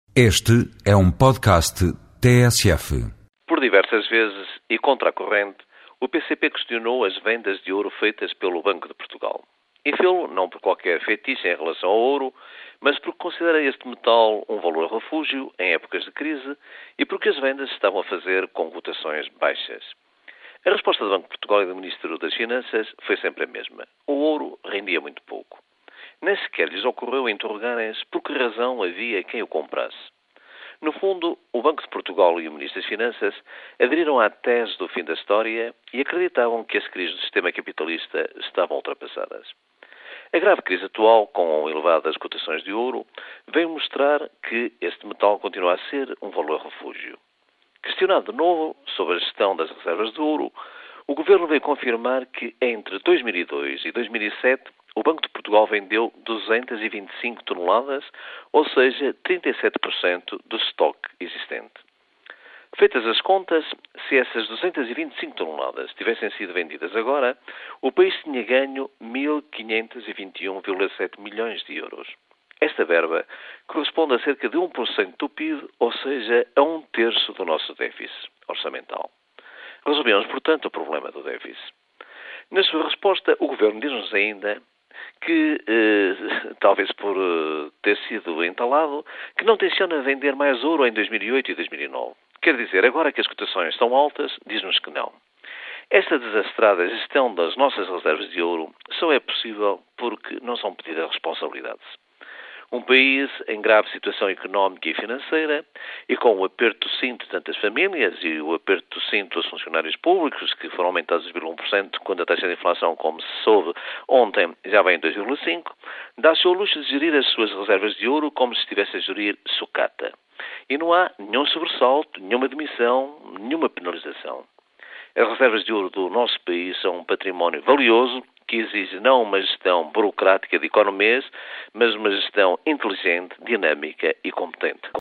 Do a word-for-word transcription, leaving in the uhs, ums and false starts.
Este é um podcast T S F. Por diversas vezes e contra a corrente, o P C P questionou as vendas de ouro feitas pelo Banco de Portugal. E fê-lo não por qualquer fetiche em relação ao ouro, mas porque considera este metal um valor refúgio em épocas de crise e porque as vendas se estavam a fazer com cotações baixas. A resposta do Banco de Portugal e do Ministro das Finanças foi sempre a mesma. O ouro rendia muito pouco. Nem sequer lhes ocorreu interrogarem-se por que razão havia quem o comprasse. No fundo, o Banco de Portugal e o Ministro das Finanças aderiram à tese do fim da história e acreditavam que as crises do sistema capitalista estavam ultrapassadas. A grave crise atual, com elevadas cotações de ouro, veio mostrar que este metal continua a ser um valor refúgio. Questionado de novo sobre a gestão das reservas de ouro, o Governo veio confirmar que entre dois mil e dois e dois mil e sete o Banco de Portugal vendeu duzentas e vinte e cinco toneladas, ou seja, trinta e sete por cento do estoque existente. Feitas as contas, se essas duzentas e vinte e cinco toneladas tivessem sido vendidas agora, o país tinha ganho mil quinhentos e vinte e um vírgula sete milhões de euros. Esta verba corresponde a cerca de um por cento do P I B, ou seja, a um terço do nosso déficit orçamental. Resolvemos, portanto, o problema do déficit. Na sua resposta, o Governo diz-nos ainda que, eh, talvez por eh, ter sido entalado, que não tenciona vender mais ouro em dois mil e oito e dois mil e nove. Quer dizer, agora que as cotações estão altas, diz-nos que não. Esta desastrada gestão das nossas reservas de ouro só é possível porque não são pedidas responsabilidades. Um país em grave situação económica e financeira e com o aperto do cinto de tantas famílias e o aperto do cinto dos funcionários públicos, que foram aumentados dois vírgula um por cento, quando a taxa de inflação, como se soube ontem, já vem em dois vírgula cinco por cento, dá-se ao luxo de gerir as suas reservas de ouro como se estivesse a gerir sucata. E não há nenhum sobressalto, nenhuma demissão, nenhuma penalização. As reservas de ouro do nosso país são um património valioso que exige não uma gestão burocrática de economias, mas uma gestão inteligente, dinâmica e competente.